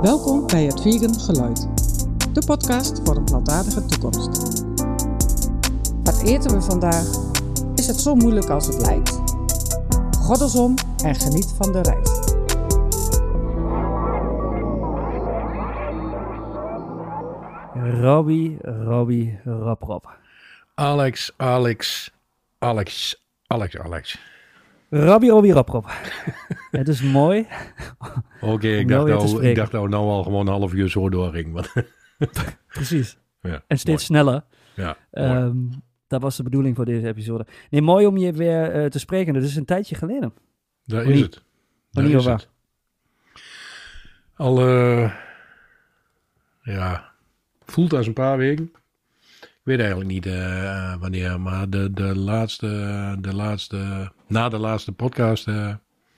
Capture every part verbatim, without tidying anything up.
Welkom bij het Vegan Geluid, de podcast voor een plantaardige toekomst. Wat eten we vandaag? Is het zo moeilijk als het lijkt? Goddelsom en geniet van de reis. Robbie, Robbie, Rob, Rob. Alex, Alex, Alex, Alex, Alex. Robbie, Robbie, Rob, Rob. Het is mooi. Oké, okay, ik, nou, ik dacht nou, nou al gewoon een half uur zo doorging. Maar Precies. Ja, en steeds mooi. sneller. Ja, um, dat was de bedoeling voor deze episode. Nee, mooi om je weer uh, te spreken. Dat is een tijdje geleden. Daar is het. Daar is het. Al, uh, ja, voelt als een paar weken. Ik weet eigenlijk niet uh, wanneer, maar de, de laatste, de laatste, na de laatste podcast uh,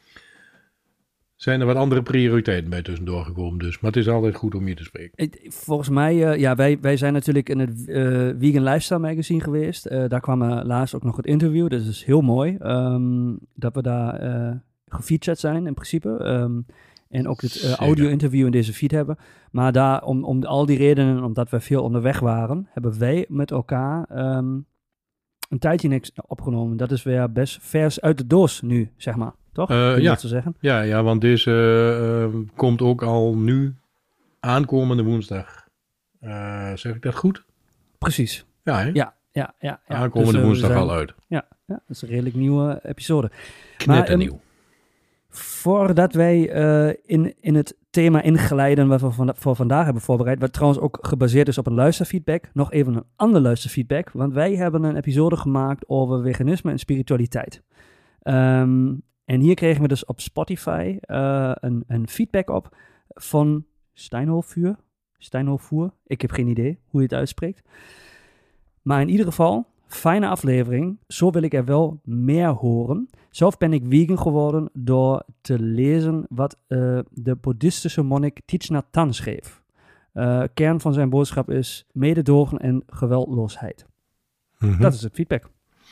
zijn er wat andere prioriteiten bij tussendoor gekomen. Dus. Maar het is altijd goed om je te spreken. Volgens mij, uh, ja, wij, wij zijn natuurlijk in het uh, Vegan Lifestyle Magazine geweest. Uh, daar kwam uh, laatst ook nog het interview. Dat is heel mooi um, dat we daar uh, gefeatured zijn in principe. Um, En ook het uh, audio-interview in deze feed hebben. Maar daar, om, om al die redenen, omdat we veel onderweg waren, hebben wij met elkaar um, een tijdje niks opgenomen. Dat is weer best vers uit de doos nu, zeg maar. Toch? Uh, ja. Te zeggen? Ja, ja, want deze uh, komt ook al nu aankomende woensdag. Uh, zeg ik dat goed? Precies. Ja, hè? Ja, ja, ja. ja. Aankomende dus, uh, woensdag zijn, al uit. Ja, ja, dat is een redelijk nieuwe episode. Knetternieuw. Maar, um, Voordat wij uh, in, in het thema inglijden wat we van, voor vandaag hebben voorbereid, wat trouwens ook gebaseerd is op een luisterfeedback, nog even een ander luisterfeedback, want wij hebben een episode gemaakt over veganisme en spiritualiteit. Um, en hier kregen we dus op Spotify uh, een, een feedback op van Steinhofuur. Steinhofuur, ik heb geen idee hoe je het uitspreekt. Maar in ieder geval, fijne aflevering. Zo wil ik er wel meer horen. Zelf ben ik vegan geworden door te lezen wat uh, de boeddhistische monnik Thich Nhat Hanh schreef. Uh, kern van zijn boodschap is mededogen en geweldloosheid. Mm-hmm. Dat is het feedback.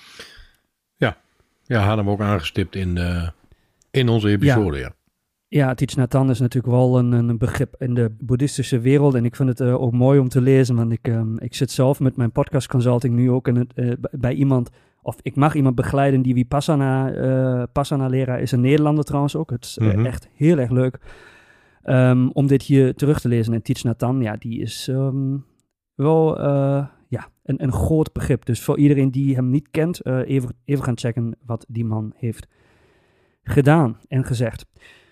Ja, ja, hadden we ook aangestipt in, uh, in onze episode, ja. ja. Ja, Thich Nhat Hanh is natuurlijk wel een, een begrip in de boeddhistische wereld. En ik vind het uh, ook mooi om te lezen, want ik, um, ik zit zelf met mijn podcast consulting nu ook in het, uh, bij iemand, of ik mag iemand begeleiden die Vipassana, uh, Passana leraar is, een Nederlander trouwens ook. Het is uh, mm-hmm. echt heel erg leuk um, om dit hier terug te lezen. En Thich Nhat Hanh, ja, die is um, wel uh, ja, een, een groot begrip. Dus voor iedereen die hem niet kent, uh, even, even gaan checken wat die man heeft gedaan en gezegd.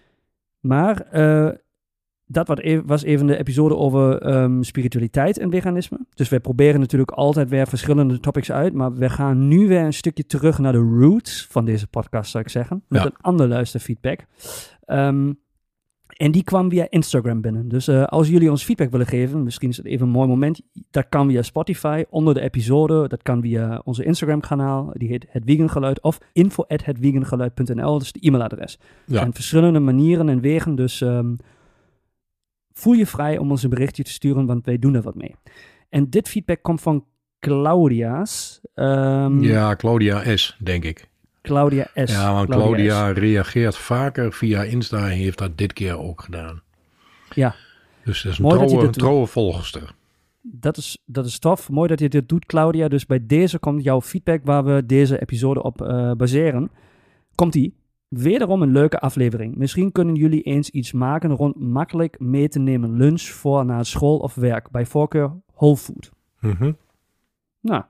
Maar uh, dat was even de episode over um, spiritualiteit en veganisme. Dus wij proberen natuurlijk altijd weer verschillende topics uit. Maar we gaan nu weer een stukje terug naar de roots van deze podcast, zou ik zeggen. Met ja. een ander luisterfeedback. Um, en die kwam via Instagram binnen. Dus uh, als jullie ons feedback willen geven, misschien is het even een mooi moment. Dat kan via Spotify, onder de episode. Dat kan via onze Instagram-kanaal. Die heet Het Vegan Geluid. Of info at het vegan geluid punt n l. Dat is de e-mailadres. Ja. Er zijn verschillende manieren en wegen. Dus um, voel je vrij om ons een berichtje te sturen, want wij doen er wat mee. En dit feedback komt van Claudia's. Um, ja, Claudia S, denk ik. Claudia S. Ja, want Claudia, Claudia reageert vaker via Insta en heeft dat dit keer ook gedaan. Ja. Dus dat is een trouwe, een trouwe volgster. Dat is, dat is tof. Mooi dat je dit doet, Claudia. Dus bij deze komt jouw feedback waar we deze episode op uh, baseren. Komt die. Wederom een leuke aflevering. Misschien kunnen jullie eens iets maken rond makkelijk mee te nemen lunch voor na school of werk. Bij voorkeur whole food. Mm-hmm. Nou.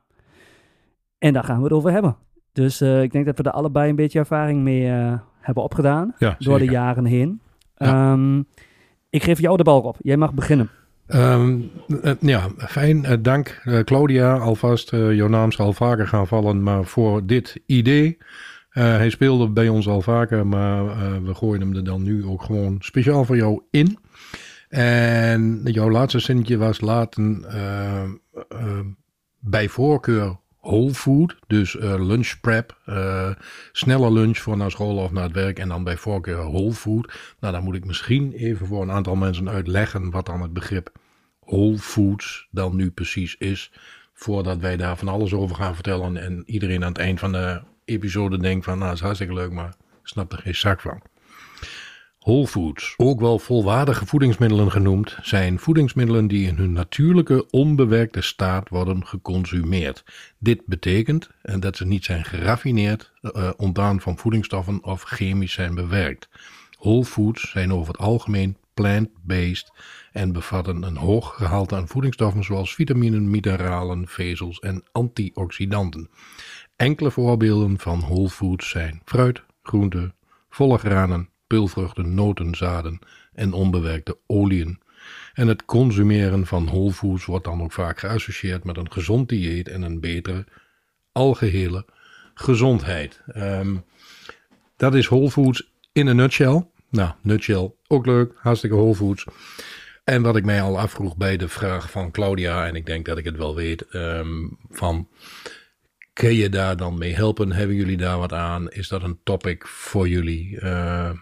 En daar gaan we het over hebben. Dus uh, ik denk dat we er allebei een beetje ervaring mee uh, hebben opgedaan. Ja, door zeker. de jaren heen. Ja. Um, ik geef jou de bal op. Jij mag beginnen. Um, uh, ja, fijn. Uh, dank uh, Claudia. Alvast, uh, jouw naam zal vaker gaan vallen, maar voor dit idee. Uh, hij speelde bij ons al vaker, maar uh, we gooien hem er dan nu ook gewoon speciaal voor jou in. En jouw laatste zinnetje was laten uh, uh, bij voorkeur whole food, dus uh, lunch prep, uh, snelle lunch voor naar school of naar het werk en dan bij voorkeur whole food. Nou, dan moet ik misschien even voor een aantal mensen uitleggen wat dan het begrip whole foods dan nu precies is, voordat wij daar van alles over gaan vertellen en iedereen aan het eind van de episode denkt van, nou, dat is hartstikke leuk, maar ik snap er geen zak van. Whole foods, ook wel volwaardige voedingsmiddelen genoemd, zijn voedingsmiddelen die in hun natuurlijke, onbewerkte staat worden geconsumeerd. Dit betekent dat ze niet zijn geraffineerd, uh, ontdaan van voedingsstoffen of chemisch zijn bewerkt. Whole foods zijn over het algemeen plant-based en bevatten een hoog gehalte aan voedingsstoffen zoals vitaminen, mineralen, vezels en antioxidanten. Enkele voorbeelden van whole foods zijn fruit, groenten, volle granen, peulvruchten, noten, zaden en onbewerkte oliën. En het consumeren van whole foods wordt dan ook vaak geassocieerd met een gezond dieet en een betere algehele gezondheid. Um, dat is whole foods in een nutshell. Nou, nutshell ook leuk, hartstikke whole foods. En wat ik mij al afvroeg bij de vraag van Claudia, en ik denk dat ik het wel weet, um, van kun je daar dan mee helpen? Hebben jullie daar wat aan? Is dat een topic voor jullie? Uh,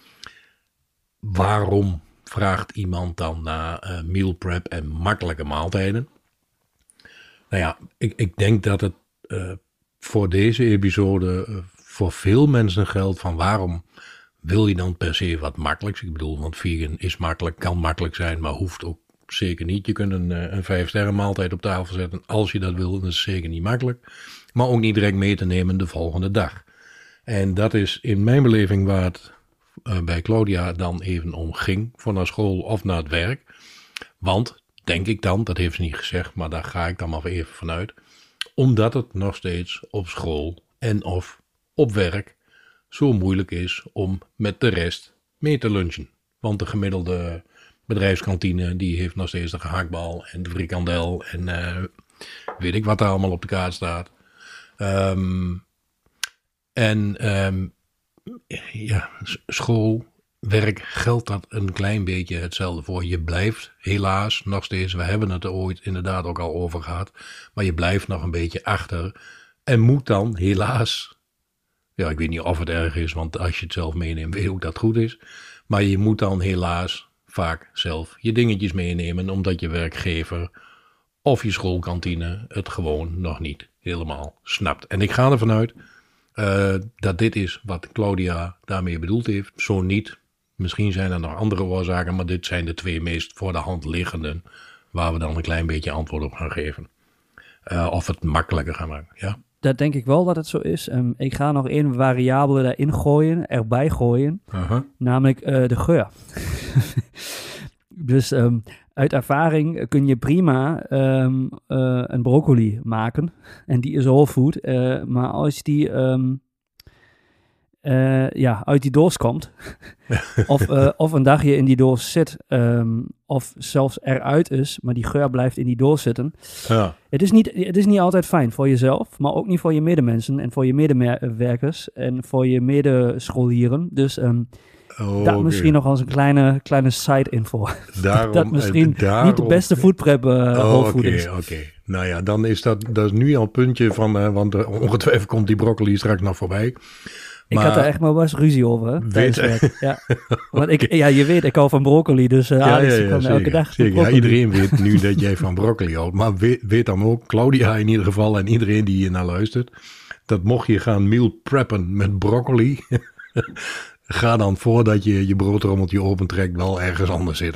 waarom vraagt iemand dan naar uh, meal prep en makkelijke maaltijden? Nou ja, ik, ik denk dat het uh, voor deze episode uh, voor veel mensen geldt van waarom wil je dan per se wat makkelijks? Ik bedoel, want vegan is makkelijk, kan makkelijk zijn, maar hoeft ook zeker niet. Je kunt een, een vijf sterren maaltijd op tafel zetten als je dat wil. Dat is zeker niet makkelijk. Maar ook niet direct mee te nemen de volgende dag. En dat is in mijn beleving waar het uh, bij Claudia dan even om ging. Voor naar school of naar het werk. Want, denk ik dan, dat heeft ze niet gezegd, maar daar ga ik dan maar even vanuit. Omdat het nog steeds op school en of op werk zo moeilijk is om met de rest mee te lunchen. Want de gemiddelde bedrijfskantine die heeft nog steeds de gehaktbal en de frikandel en uh, weet ik wat er allemaal op de kaart staat. Um, en um, ja, school, werk geldt dat een klein beetje hetzelfde voor. Je blijft helaas nog steeds, we hebben het er ooit inderdaad ook al over gehad, maar je blijft nog een beetje achter en moet dan helaas, ja, ik weet niet of het erg is, want als je het zelf meeneemt weet je ook dat het goed is, maar je moet dan helaas vaak zelf je dingetjes meenemen, omdat je werkgever of je schoolkantine het gewoon nog niet helemaal snapt. En ik ga ervan uit uh, dat dit is wat Claudia daarmee bedoeld heeft. Zo niet, misschien zijn er nog andere oorzaken, maar dit zijn de twee meest voor de hand liggende waar we dan een klein beetje antwoord op gaan geven. Uh, of het makkelijker gaan maken, ja. Dat denk ik wel dat het zo is. Um, ik ga nog één variabele daarin gooien, erbij gooien. Uh-huh. Namelijk uh, de geur. Dus um, uit ervaring kun je prima um, uh, een broccoli maken. En die is whole food. Uh, maar als die um, uh, ja, uit die doos komt. of, uh, of een dagje in die doos zit. Um, of zelfs eruit is. Maar die geur blijft in die doos zitten. Ja. Het is niet, het is niet altijd fijn voor jezelf. Maar ook niet voor je medemensen. En voor je medewerkers. En voor je medescholieren. Dus Um, Oh, dat okay. misschien nog als een kleine, kleine side-info. Daarom, dat misschien daarom, niet de beste foodprep uh, oh, whole food is. Oké, okay. Nou ja, dan is dat, dat is nu al een puntje van, uh, want uh, ongetwijfeld komt die broccoli straks nog voorbij. Ik maar, had er echt maar best ruzie over, hè, weet, ja. Want ik, okay. ja, je weet, ik hou van broccoli, dus uh, ja, Alex, ja, ja, ja, elke dag zeker. Ja, iedereen weet nu dat jij van broccoli houdt. Maar weet, weet dan ook, Claudia in ieder geval en iedereen die hier naar luistert, dat mocht je gaan meal preppen met broccoli, ga dan voordat je je broodrommeltje opentrekt wel ergens anders zitten.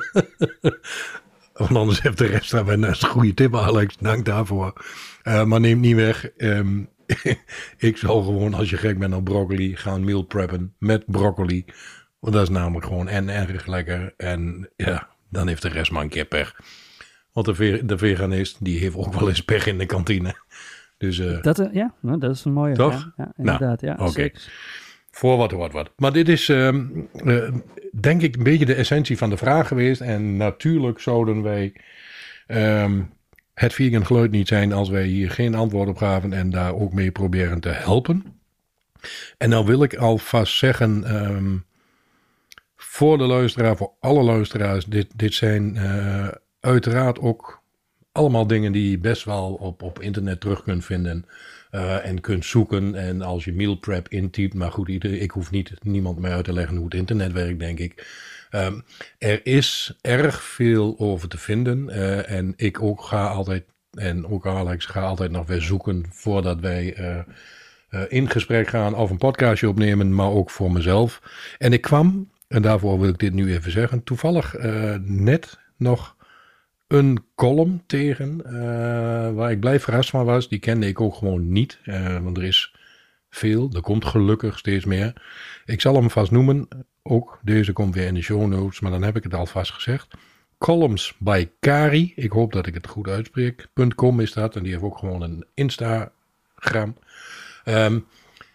Want anders heeft de rest daar een goede tip, Alex. Dank daarvoor. Uh, maar neem niet weg. Um, ik zou gewoon, als je gek bent op broccoli, gaan meal preppen met broccoli. Want dat is namelijk gewoon en erg lekker. En ja, dan heeft de rest maar een keer pech. Want de, ve- de veganist, die heeft ook wel eens pech in de kantine. Dus, uh, dat, uh, ja, nou, dat is een mooie. Toch? Ja, ja, inderdaad, nou, ja. Oké. Okay. Voor wat hoort wat. Maar dit is uh, uh, denk ik een beetje de essentie van de vraag geweest. En natuurlijk zouden wij um, het vegan geluid niet zijn als wij hier geen antwoord op gaven en daar ook mee proberen te helpen. En nou wil ik alvast zeggen, um, voor de luisteraar, voor alle luisteraars, dit, dit zijn uh, uiteraard ook allemaal dingen die je best wel op, op internet terug kunt vinden. Uh, en kunt zoeken en als je meal prep intypt, maar goed, ieder, ik hoef niet niemand mij uit te leggen hoe het internet werkt, denk ik. Um, er is erg veel over te vinden uh, en ik ook ga altijd, en ook Alex, ga altijd nog weer zoeken voordat wij uh, uh, in gesprek gaan of een podcastje opnemen, maar ook voor mezelf. En ik kwam en daarvoor wil ik dit nu even zeggen, toevallig uh, net nog een column tegen, uh, waar ik blij verrast van was. Die kende ik ook gewoon niet, uh, want er is veel, er komt gelukkig steeds meer. Ik zal hem vast noemen, ook deze komt weer in de show notes, maar dan heb ik het alvast gezegd. Columns by Kari, ik hoop dat ik het goed uitspreek, .com is dat, en die heeft ook gewoon een Instagram. Um,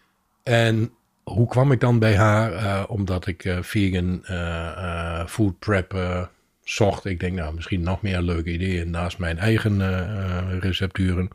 en hoe kwam ik dan bij haar? Uh, omdat ik uh, vegan uh, uh, food prep uh, zocht. Ik denk, nou, misschien nog meer leuke ideeën naast mijn eigen uh, uh, recepturen.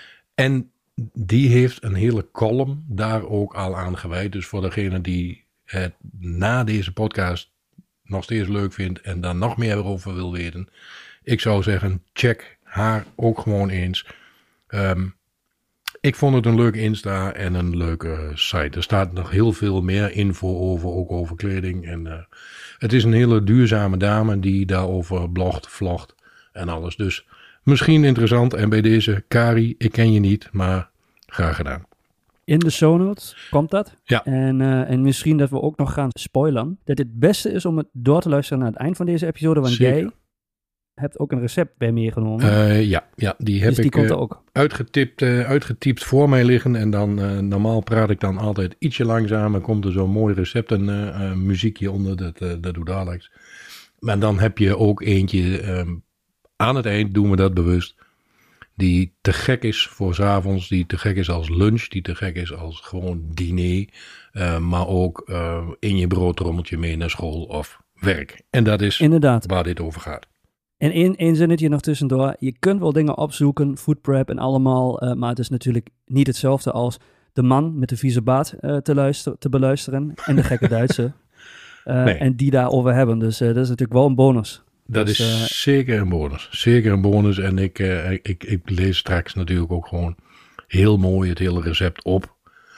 En die heeft een hele column daar ook al aan gewijd. Dus voor degene die het na deze podcast nog steeds leuk vindt en daar nog meer over wil weten. Ik zou zeggen, check haar ook gewoon eens. Um, Ik vond het een leuk Insta en een leuke site. Er staat nog heel veel meer info over, ook over kleding. En uh, het is een hele duurzame dame die daarover blogt, vlogt en alles. Dus misschien interessant. En bij deze, Kari, ik ken je niet, maar graag gedaan. In de show notes komt dat. Ja. En, uh, en misschien dat we ook nog gaan spoileren. Dat het beste is om het door te luisteren naar het eind van deze episode. Want Zeker. jij hebt ook een recept bij meegenomen. Uh, ja, ja, die heb dus die ik komt er uh, ook. Uitgetipt, uh, uitgetypt voor mij liggen. En dan uh, normaal praat ik dan altijd ietsje langzamer. Komt er zo'n mooi recept en uh, uh, muziekje onder. Dat, uh, dat doet Alex. Maar dan heb je ook eentje. Um, aan het eind doen we dat bewust. Die te gek is voor 's avonds. Die te gek is als lunch. Die te gek is als gewoon diner. Uh, maar ook uh, in je broodtrommeltje mee naar school of werk. En dat is Inderdaad. waar dit over gaat. En één, één zinnetje nog tussendoor. Je kunt wel dingen opzoeken, food prep en allemaal. Uh, maar het is natuurlijk niet hetzelfde als de man met de vieze baard uh, te, luisteren, te beluisteren. En de gekke Duitse. Uh, nee. En die daarover hebben. Dus uh, dat is natuurlijk wel een bonus. Dat dus, is uh, zeker een bonus. Zeker een bonus. En ik, uh, ik, ik lees straks natuurlijk ook gewoon heel mooi het hele recept op.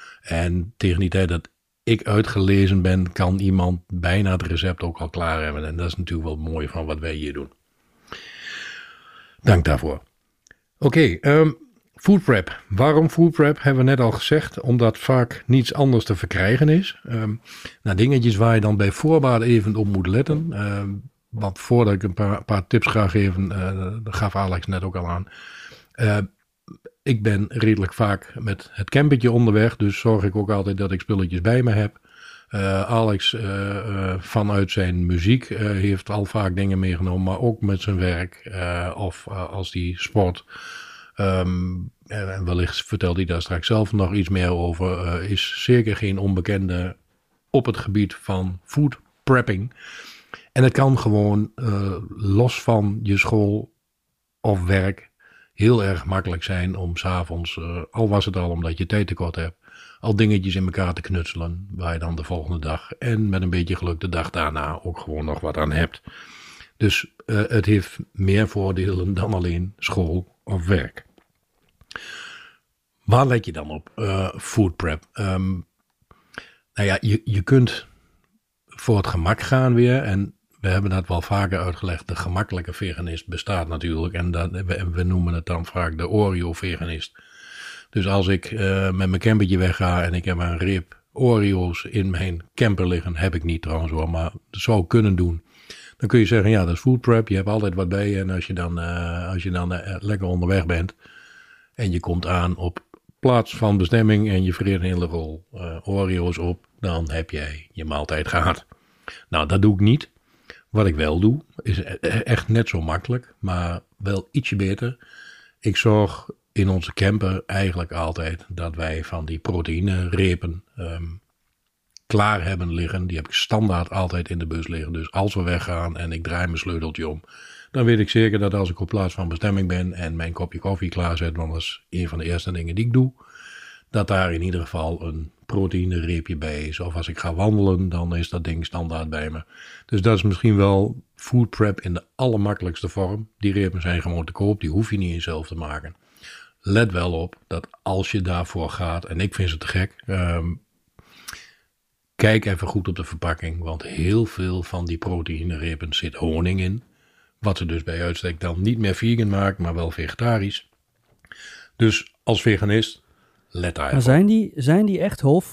En tegen die tijd dat ik uitgelezen ben, kan iemand bijna het recept ook al klaar hebben. En dat is natuurlijk wel mooi van wat wij hier doen. Dank daarvoor. Oké, okay, um, food prep. Waarom food prep? Hebben we net al gezegd. Omdat vaak niets anders te verkrijgen is. Um, nou, dingetjes waar je dan bij voorbaat even op moet letten. Um, want voordat ik een paar, paar tips ga geven, uh, dat gaf Alex net ook al aan. Uh, ik ben redelijk vaak met het campertje onderweg. Dus zorg ik ook altijd dat ik spulletjes bij me heb. Uh, Alex uh, uh, vanuit zijn muziek uh, heeft al vaak dingen meegenomen, maar ook met zijn werk uh, of uh, als hij sport. Um, en wellicht vertelt hij daar straks zelf nog iets meer over. Uh, is zeker geen onbekende op het gebied van food prepping. En het kan gewoon uh, los van je school of werk heel erg makkelijk zijn om 's avonds, uh, al was het al omdat je tijd tekort hebt, al dingetjes in elkaar te knutselen, waar je dan de volgende dag en met een beetje geluk de dag daarna ook gewoon nog wat aan hebt. Dus uh, het heeft meer voordelen dan alleen school of werk. Waar let je dan op? Uh, food prep. Um, nou ja, je, je kunt voor het gemak gaan weer, en we hebben dat wel vaker uitgelegd, de gemakkelijke veganist bestaat natuurlijk, en dat, we, we noemen het dan vaak de Oreo-veganist. Dus als ik uh, met mijn campertje wegga en ik heb een reep Oreo's in mijn camper liggen, heb ik niet trouwens hoor, maar dat zou ik kunnen doen. Dan kun je zeggen, ja, dat is food prep, je hebt altijd wat bij je. En als je dan, uh, als je dan uh, lekker onderweg bent en je komt aan op plaats van bestemming en je vreet een hele rol uh, Oreo's op, dan heb jij je maaltijd gehad. Nou, dat doe ik niet. Wat ik wel doe, is echt net zo makkelijk, maar wel ietsje beter. Ik zorg in onze camper eigenlijk altijd dat wij van die proteïnerepen um, klaar hebben liggen. Die heb ik standaard altijd in de bus liggen. Dus als we weggaan en ik draai mijn sleuteltje om, dan weet ik zeker dat als ik op plaats van bestemming ben en mijn kopje koffie klaarzet, want dat is een van de eerste dingen die ik doe, dat daar in ieder geval een proteïnereepje bij is. Of als ik ga wandelen, dan is dat ding standaard bij me. Dus dat is misschien wel food prep in de allermakkelijkste vorm. Die repen zijn gewoon te koop, die hoef je niet eens zelf te maken. Let wel op dat als je daarvoor gaat, en ik vind ze te gek, um, kijk even goed op de verpakking, want heel veel van die proteïnerepen zit honing in. Wat ze dus bij uitstek dan niet meer vegan maakt, maar wel vegetarisch. Dus als veganist, let daar even maar zijn die, zijn die echt whole food?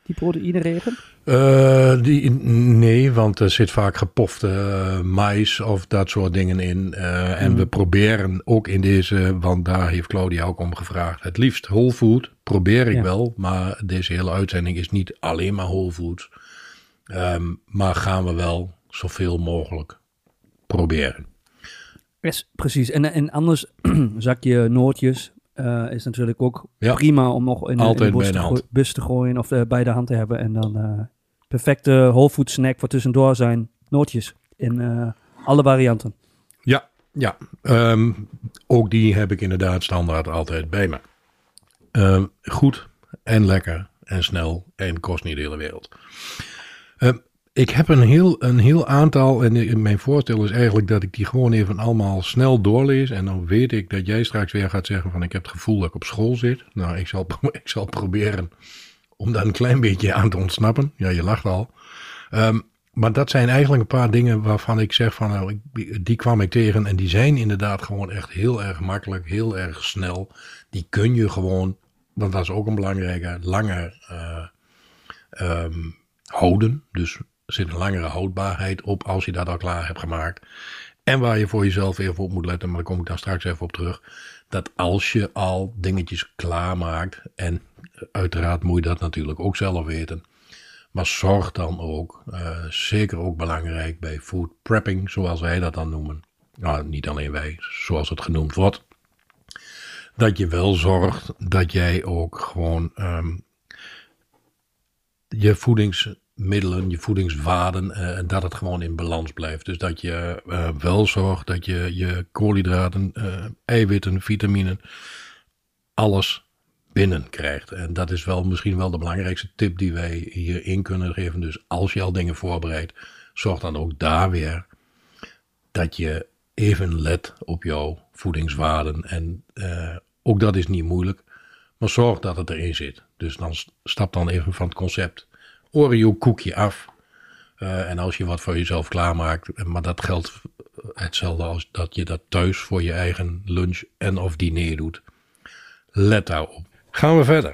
die proteïneregen? Uh, die, nee, want er zit vaak gepofte uh, mais of dat soort dingen in. Uh, en mm. we proberen ook in deze, want daar heeft Claudia ook om gevraagd. Het liefst whole food, probeer ik ja. wel. Maar deze hele uitzending is niet alleen maar whole foods. Um, maar gaan we wel zoveel mogelijk proberen. Yes, precies. En, en anders, zakje nootjes uh, is natuurlijk ook ja. prima om nog in, in de bus te, go- bus te gooien of uh, bij de hand te hebben. En dan uh, perfecte whole food snack voor tussendoor zijn nootjes in uh, alle varianten. Ja, ja. Um, ook die heb ik inderdaad standaard altijd bij me. Um, goed en lekker en snel en kost niet de hele wereld. Um, Ik heb een heel, een heel aantal, en mijn voorstel is eigenlijk dat ik die gewoon even allemaal snel doorlees. En dan weet ik dat jij straks weer gaat zeggen van ik heb het gevoel dat ik op school zit. Nou, ik zal, ik zal proberen om daar een klein beetje aan te ontsnappen. Ja, je lacht al. Um, maar dat zijn eigenlijk een paar dingen waarvan ik zeg van nou, ik, die kwam ik tegen. En die zijn inderdaad gewoon echt heel erg makkelijk, heel erg snel. Die kun je gewoon, want dat is ook een belangrijke, langer uh, um, houden. Dus er zit een langere houdbaarheid op als je dat al klaar hebt gemaakt. En waar je voor jezelf even op moet letten, maar daar kom ik dan straks even op terug. Dat als je al dingetjes klaarmaakt, en uiteraard moet je dat natuurlijk ook zelf weten. Maar zorg dan ook, uh, zeker ook belangrijk bij food prepping, zoals wij dat dan noemen. Nou, niet alleen wij, zoals het genoemd wordt. Dat je wel zorgt dat jij ook gewoon um, je voedings... middelen, je voedingswaarden, uh, dat het gewoon in balans blijft. Dus dat je uh, wel zorgt dat je je koolhydraten, uh, eiwitten, vitaminen, alles binnen krijgt. En dat is wel misschien wel de belangrijkste tip die wij hierin kunnen geven. Dus als je al dingen voorbereidt, zorg dan ook daar weer dat je even let op jouw voedingswaarden. En uh, ook dat is niet moeilijk, maar zorg dat het erin zit. Dus dan stap dan even van het concept Oreo koekje af. Uh, en als je wat voor jezelf klaarmaakt, maar dat geldt hetzelfde als dat je dat thuis voor je eigen lunch en of diner doet. Let daarop. Gaan we verder.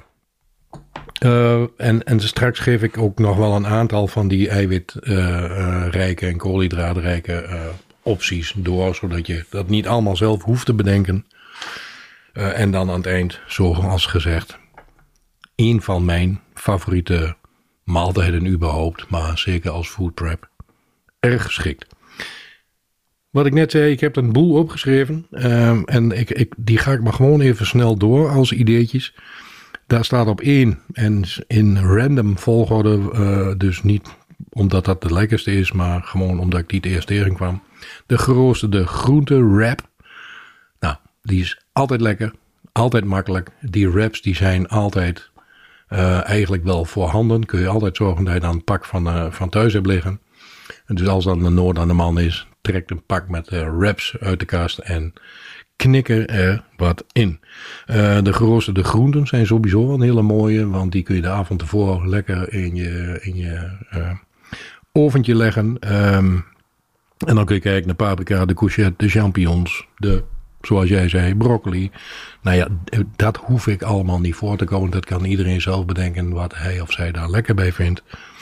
Uh, en, en straks geef ik ook nog wel een aantal van die eiwitrijke uh, uh, en koolhydraatrijke uh, opties door, zodat je dat niet allemaal zelf hoeft te bedenken. Uh, en dan aan het eind, zoals gezegd, een van mijn favoriete maaltijden überhaupt, maar zeker als food prep, erg geschikt. Wat ik net zei, ik heb een boel opgeschreven um, en ik, ik, die ga ik maar gewoon even snel door als ideetjes. Daar staat op één en in random volgorde, uh, dus niet omdat dat de lekkerste is, maar gewoon omdat ik die het eerst tegen kwam. De geroosterde groente wrap. Nou, die is altijd lekker, altijd makkelijk. Die wraps die zijn altijd Uh, eigenlijk wel voorhanden. Kun je altijd zorgen dat je dan een pak van, uh, van thuis hebt liggen. En dus als dan de nood aan de man is, trek een pak met uh, wraps uit de kast en knikker er wat in. Uh, de geroosterde groenten zijn sowieso wel een hele mooie, want die kun je de avond tevoren lekker in je, in je uh, oventje leggen. Um, en dan kun je kijken naar paprika, de courgette, de champignons, de, zoals jij zei, broccoli. Nou ja, dat hoef ik allemaal niet voor te komen. Dat kan iedereen zelf bedenken wat hij of zij daar lekker bij vindt.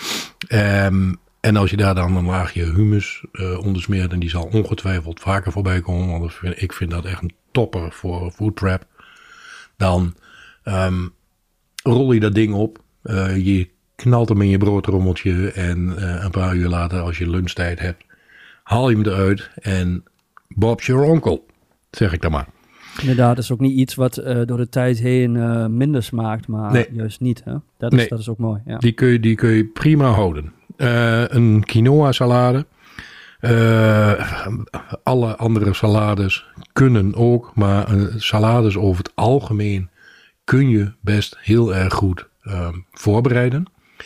Um, en als je daar dan een laagje humus uh, onder smeert, en die zal ongetwijfeld vaker voorbij komen, want ik vind dat echt een topper voor food prep. Dan um, rol je dat ding op. Uh, je knalt hem in je broodrommeltje en uh, een paar uur later, als je lunchtijd hebt, haal je hem eruit en Bob's your uncle, zeg ik dan maar. Inderdaad, dat is ook niet iets wat uh, door de tijd heen uh, minder smaakt, maar nee. juist niet. Hè? Dat, is, nee. dat is ook mooi. Ja. Die, kun je, die kun je prima houden. Uh, een quinoa salade. Uh, alle andere salades kunnen ook, maar uh, salades over het algemeen kun je best heel erg goed um, voorbereiden.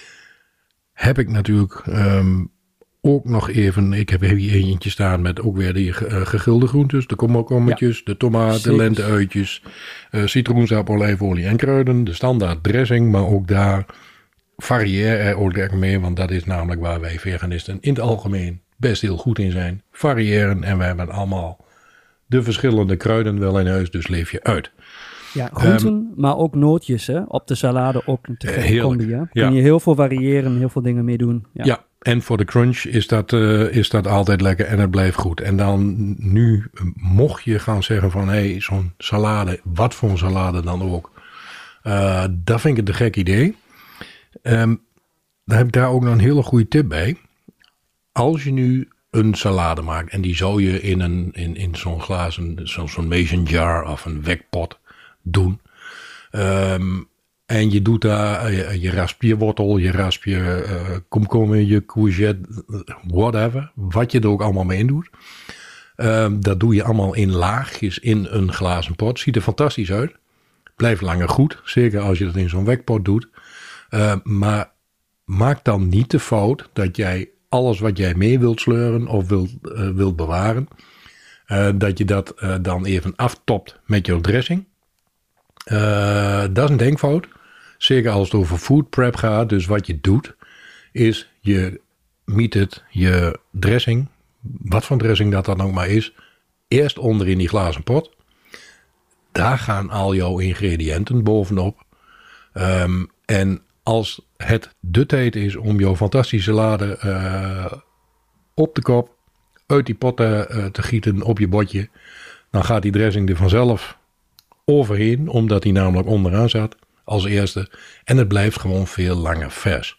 Heb ik natuurlijk um, ook nog even, ik heb hier eentje staan met ook weer die uh, gegrilde groentes, de komkommertjes, ja. de tomaten, de lenteuitjes, uh, citroensap, olijfolie en kruiden, de standaard dressing, maar ook daar varieer er ook erg mee, want dat is namelijk waar wij veganisten in het algemeen best heel goed in zijn. Variëren, en we hebben allemaal de verschillende kruiden wel in huis, dus leef je uit. Ja, groenten, um, maar ook nootjes, hè? Op de salade ook een te gekke combi, hè? Kun ja. je heel veel variëren, heel veel dingen mee doen. Ja, ja en voor de crunch is dat, uh, is dat altijd lekker en het blijft goed. En dan nu, mocht je gaan zeggen van, hé, hey, zo'n salade, wat voor een salade dan ook. Uh, dat vind ik het een gek idee. Um, dan heb ik daar ook nog een hele goede tip bij. Als je nu een salade maakt en die zou je in, een, in, in zo'n glazen, zo, zo'n mason jar of een wekpot doen. Um, en je doet daar, je, je rasp je wortel, je rasp je uh, komkommer, je courgette, whatever. Wat je er ook allemaal mee in doet. Um, dat doe je allemaal in laagjes in een glazen pot. Ziet er fantastisch uit. Blijft langer goed. Zeker als je dat in zo'n wekpot doet. Uh, maar maak dan niet de fout dat jij alles wat jij mee wilt sleuren of wilt, uh, wilt bewaren. Uh, dat je dat uh, dan even aftopt met jouw dressing. Uh, dat is een denkfout. Zeker als het over food prep gaat. Dus wat je doet is je miet het je dressing. Wat voor dressing dat dan ook maar is. Eerst onder in die glazen pot. Daar gaan al jouw ingrediënten bovenop. Um, en als het de tijd is om jouw fantastische salade uh, op de kop uit die pot uh, te gieten op je bordje. Dan gaat die dressing er vanzelf overheen. Omdat die namelijk onderaan zat als eerste. En het blijft gewoon veel langer vers.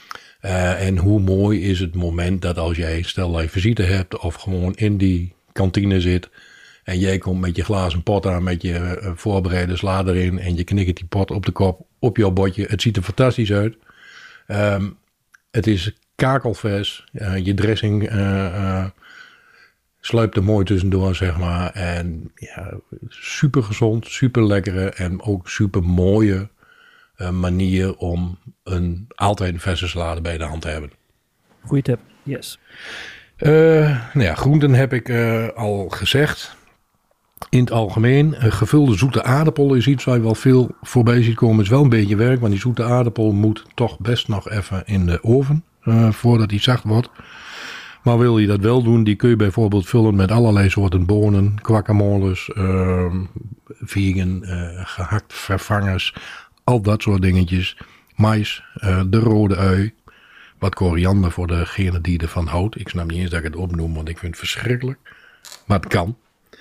Uh, en hoe mooi is het moment dat als jij stel dat je visite hebt of gewoon in die kantine zit. En jij komt met je glazen pot aan met je uh, voorbereide sla erin. En je knikkert die pot op de kop op jouw bordje. Het ziet er fantastisch uit. Um, het is kakelvers. Uh, je dressing uh, uh, sluipt er mooi tussendoor, zeg maar. En ja, super gezond, super lekkere en ook super mooie uh, manier om een altijd een verse salade bij de hand te hebben. Goeie tip, yes. Uh, nou ja, groenten heb ik uh, al gezegd. In het algemeen, uh, gevulde zoete aardappel is iets waar je wel veel voorbij ziet komen. Het is wel een beetje werk, want die zoete aardappel moet toch best nog even in de oven uh, voordat die zacht wordt. Maar wil je dat wel doen, die kun je bijvoorbeeld vullen met allerlei soorten bonen, guacamoles, uh, vegan, uh, gehakt vervangers, al dat soort dingetjes. Mais, uh, de rode ui, wat koriander voor degene die ervan houdt. Ik snap niet eens dat ik het opnoem, want ik vind het verschrikkelijk. Maar het kan.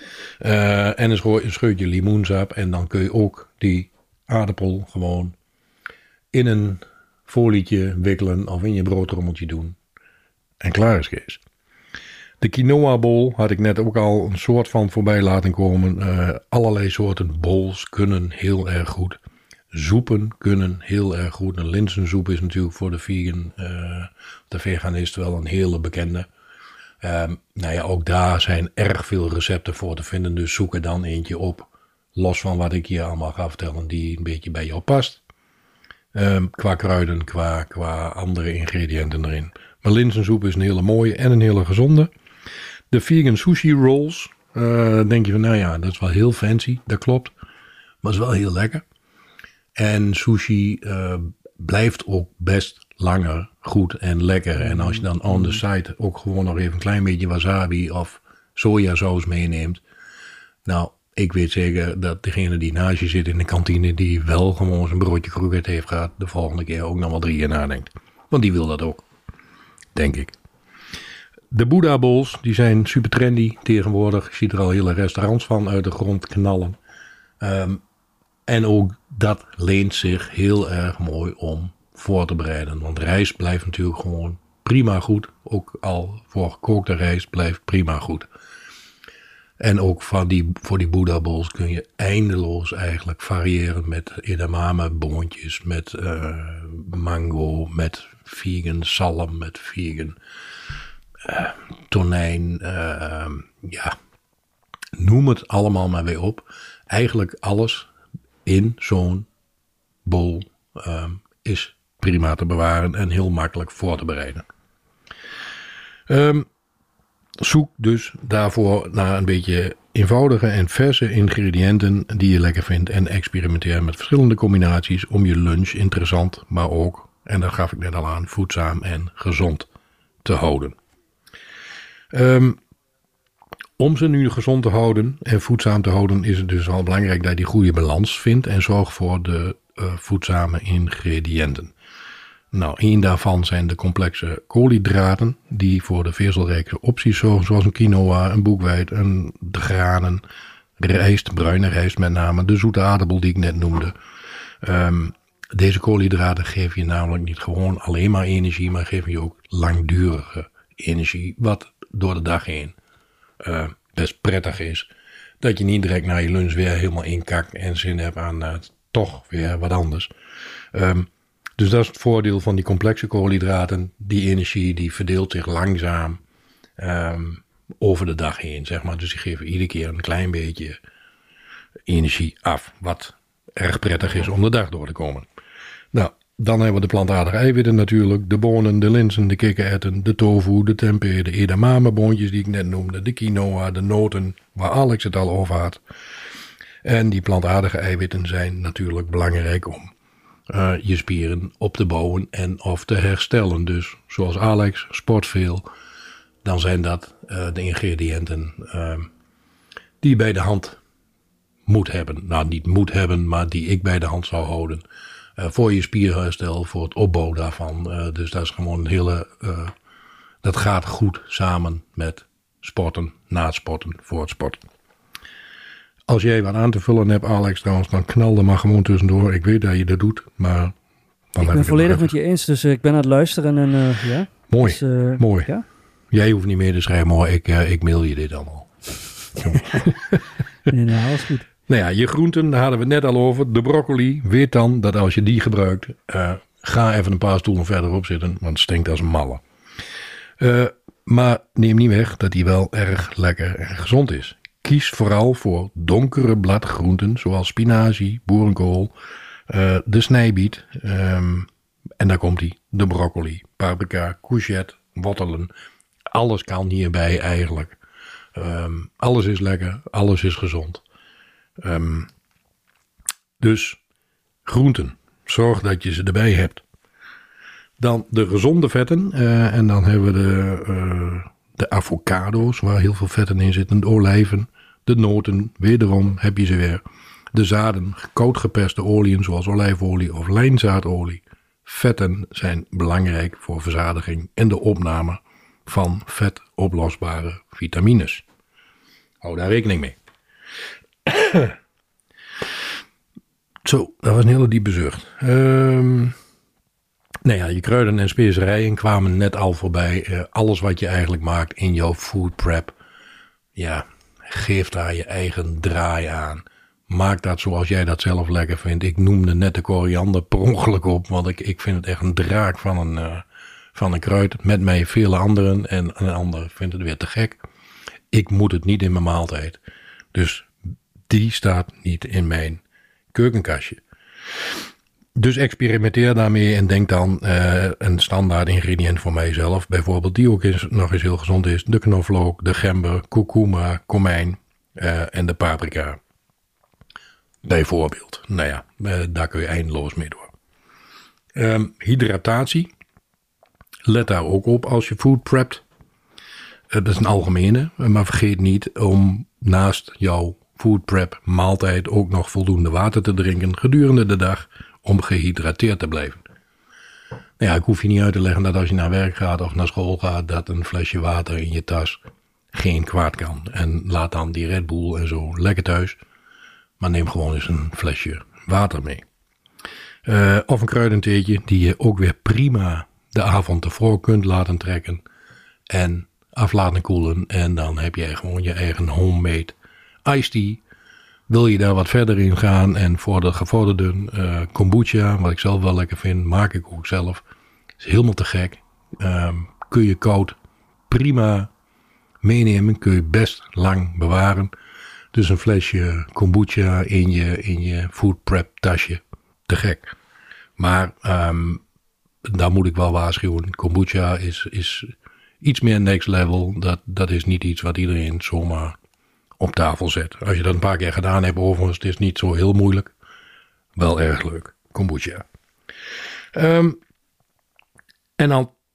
Uh, en een scheutje limoensap. En dan kun je ook die aardappel gewoon in een folietje wikkelen of in je broodrommeltje doen. En klaar is Kees. De quinoa bol had ik net ook al een soort van voorbij laten komen. Uh, allerlei soorten bols kunnen heel erg goed. Soepen kunnen heel erg goed. Een linzensoep is natuurlijk voor de vegan, uh, de veganist wel een hele bekende. Um, nou ja, ook daar zijn erg veel recepten voor te vinden. Dus zoek er dan eentje op. Los van wat ik je allemaal ga vertellen. Die een beetje bij jou past. Um, qua kruiden, qua, qua andere ingrediënten erin. Maar linzensoep is een hele mooie en een hele gezonde. De vegan sushi rolls. Uh, denk je van nou ja, dat is wel heel fancy. Dat klopt. Maar is wel heel lekker. En sushi uh, blijft ook best langer goed en lekker. En als je dan on the side ook gewoon nog even een klein beetje wasabi of sojasaus meeneemt. Nou, ik weet zeker dat degene die naast je zit in de kantine, die wel gewoon zijn broodje kroket heeft gehad, de volgende keer ook nog wel drie keer nadenkt. Want die wil dat ook. Denk ik. De Buddha bowls, die zijn super trendy tegenwoordig. Je ziet er al hele restaurants van uit de grond knallen. Um, en ook dat leent zich heel erg mooi om voor te bereiden. Want rijst blijft natuurlijk gewoon prima goed. Ook al voor gekookte rijst blijft prima goed. En ook van die, voor die Buddha bowls kun je eindeloos eigenlijk variëren met edamame boontjes, met uh, mango, met vegan zalm, met vegan uh, tonijn. Uh, ja, noem het allemaal maar weer op. Eigenlijk alles in zo'n bowl um, is prima te bewaren en heel makkelijk voor te bereiden. Um, zoek dus daarvoor naar een beetje eenvoudige en verse ingrediënten die je lekker vindt en experimenteer met verschillende combinaties om je lunch interessant, maar ook, en dat gaf ik net al aan, voedzaam en gezond te houden. Um, Om ze nu gezond te houden en voedzaam te houden is het dus wel belangrijk dat je die goede balans vindt en zorg voor de uh, voedzame ingrediënten. Nou, één daarvan zijn de complexe koolhydraten die voor de vezelrijke opties zorgen, zoals een quinoa, een boekweit, een de granen, rijst, bruine rijst met name, de zoete aardappel die ik net noemde. Um, deze koolhydraten geven je namelijk niet gewoon alleen maar energie, maar geven je ook langdurige energie, wat door de dag heen uh, best prettig is. Dat je niet direct na je lunch weer helemaal inkakt en zin hebt aan uh, toch weer wat anders. Um, dus dat is het voordeel van die complexe koolhydraten. Die energie die verdeelt zich langzaam um, over de dag heen, zeg maar. Dus die geven iedere keer een klein beetje energie af, wat erg prettig is om de dag door te komen. Nou, dan hebben we de plantaardige eiwitten natuurlijk, de bonen, de linzen, de kikkererwten, de tofu, de tempeh, de edamameboontjes die ik net noemde, de quinoa, de noten, waar Alex het al over had. En die plantaardige eiwitten zijn natuurlijk belangrijk om uh, je spieren op te bouwen en of te herstellen. Dus zoals Alex sport veel, dan zijn dat uh, de ingrediënten uh, die je bij de hand moet hebben. Nou, niet moet hebben, maar die ik bij de hand zou houden. Uh, voor je spierherstel, voor het opbouwen daarvan. Uh, dus dat is gewoon een hele... Uh, dat gaat goed samen met sporten, na het sporten, voor het sporten. Als jij wat aan te vullen hebt, Alex, trouwens, dan knal er maar gewoon tussendoor. Ik weet dat je dat doet, maar... Dan ik heb ben ik volledig met je eens, dus uh, ik ben aan het luisteren en uh, ja. Mooi, dus, uh, mooi. Ja? Jij hoeft niet meer te schrijven, maar ik, uh, ik mail je dit allemaal. Nee, nou, alles goed. Nou ja, je groenten, daar hadden we het net al over. De broccoli, weet dan dat als je die gebruikt, uh, ga even een paar stoelen verderop zitten, want het stinkt als een malle. Uh, maar neem niet weg dat die wel erg lekker en gezond is. Kies vooral voor donkere bladgroenten, zoals spinazie, boerenkool, uh, de snijbiet. Um, en daar komt die, de broccoli, paprika, courgette, wortelen. Alles kan hierbij eigenlijk. Um, alles is lekker, alles is gezond. Um, dus groenten, zorg dat je ze erbij hebt. Dan de gezonde vetten, uh, en dan hebben we de, uh, de avocado's, waar heel veel vetten in zitten, de olijven, de noten, wederom heb je ze weer. De zaden, koud geperste oliën, zoals olijfolie of lijnzaadolie. Vetten zijn belangrijk voor verzadiging en de opname van vetoplosbare vitamines. Hou daar rekening mee. Zo, dat was een hele diepe zucht. Um, nou ja, je kruiden en specerijen kwamen net al voorbij. Uh, alles wat je eigenlijk maakt in jouw food prep. Ja, geef daar je eigen draai aan. Maak dat zoals jij dat zelf lekker vindt. Ik noemde net de koriander per ongeluk op. Want ik, ik vind het echt een draak van een, uh, van een kruid. Met mij vele anderen. En een ander vindt het weer te gek. Ik moet het niet in mijn maaltijd. Dus die staat niet in mijn keukenkastje. Dus experimenteer daarmee en denk dan uh, een standaard ingrediënt voor mijzelf. Bijvoorbeeld die ook eens, nog eens heel gezond is. De knoflook, de gember, kurkuma, komijn uh, en de paprika. Bijvoorbeeld. Nou ja, uh, daar kun je eindeloos mee door. Um, hydratatie. Let daar ook op als je food prept. Uh, dat is een algemene. Maar vergeet niet om naast jouw food prep maaltijd ook nog voldoende water te drinken gedurende de dag om gehydrateerd te blijven. Nou ja, ik hoef je niet uit te leggen dat als je naar werk gaat of naar school gaat, dat een flesje water in je tas geen kwaad kan. En laat dan die Red Bull en zo lekker thuis. Maar neem gewoon eens een flesje water mee. Uh, of een kruidentheetje die je ook weer prima de avond tevoren kunt laten trekken. En af laten koelen. En dan heb jij gewoon je eigen homemade iced tea. Wil je daar wat verder in gaan en voor de gevorderden uh, kombucha, wat ik zelf wel lekker vind, maak ik ook zelf. Is helemaal te gek. Um, kun je koud prima meenemen, kun je best lang bewaren. Dus een flesje kombucha in je, in je food prep tasje, te gek. Maar um, daar moet ik wel waarschuwen. Kombucha is, is iets meer next level. Dat, dat is niet iets wat iedereen zomaar op tafel zet. Als je dat een paar keer gedaan hebt, overigens, het is niet zo heel moeilijk. Wel erg leuk. Kombucha. Um, en dan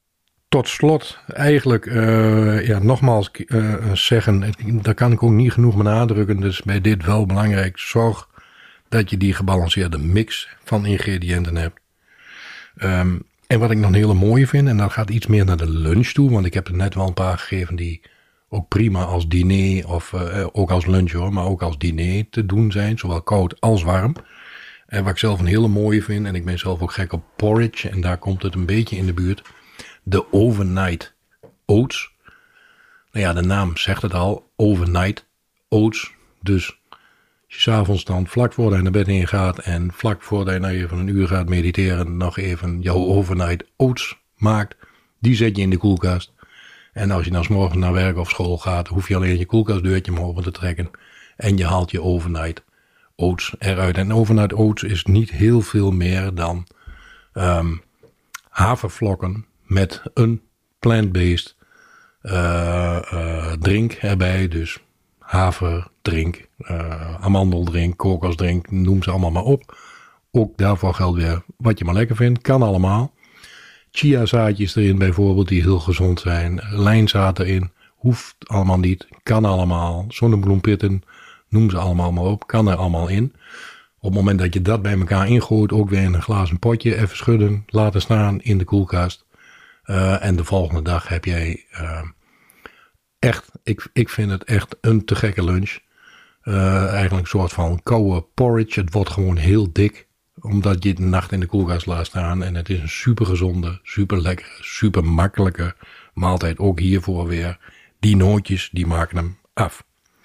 tot slot eigenlijk uh, ja, nogmaals uh, zeggen, daar kan ik ook niet genoeg benadrukken. Dus bij dit wel belangrijk, zorg dat je die gebalanceerde mix van ingrediënten hebt. Um, en wat ik nog een hele mooie vind, en dat gaat iets meer naar de lunch toe, want ik heb er net wel een paar gegeven die ook prima als diner, of uh, ook als lunch hoor, maar ook als diner te doen zijn, zowel koud als warm. En wat ik zelf een hele mooie vind, en ik ben zelf ook gek op porridge, en daar komt het een beetje in de buurt, de overnight oats. Nou ja, de naam zegt het al, overnight oats. Dus als je 's avonds dan vlak voordat je naar bed heen gaat en vlak voordat je nou even een uur gaat mediteren, nog even jouw overnight oats maakt, die zet je in de koelkast. En als je dan 's morgens naar werk of school gaat, hoef je alleen je koelkastdeurtje maar open te trekken en je haalt je overnight oats eruit. En overnight oats is niet heel veel meer dan um, havervlokken met een plant-based uh, uh, drink erbij. Dus haverdrink, uh, amandeldrink, kokosdrink, noem ze allemaal maar op. Ook daarvoor geldt weer wat je maar lekker vindt. Kan allemaal. Chiazaadjes erin bijvoorbeeld, die heel gezond zijn. Lijnzaad erin, hoeft allemaal niet. Kan allemaal. Zonnebloempitten, noem ze allemaal maar op. Kan er allemaal in. Op het moment dat je dat bij elkaar ingooit, ook weer in een glazen potje, even schudden, laten staan in de koelkast. Uh, en de volgende dag heb jij uh, echt, ik, ik vind het echt een te gekke lunch. Uh, eigenlijk een soort van koude porridge. Het wordt gewoon heel dik, omdat je het de nacht in de koelkast laat staan. En het is een super gezonde, super lekkere, super makkelijke maaltijd. Ook hiervoor weer. Die nootjes, die maken hem af.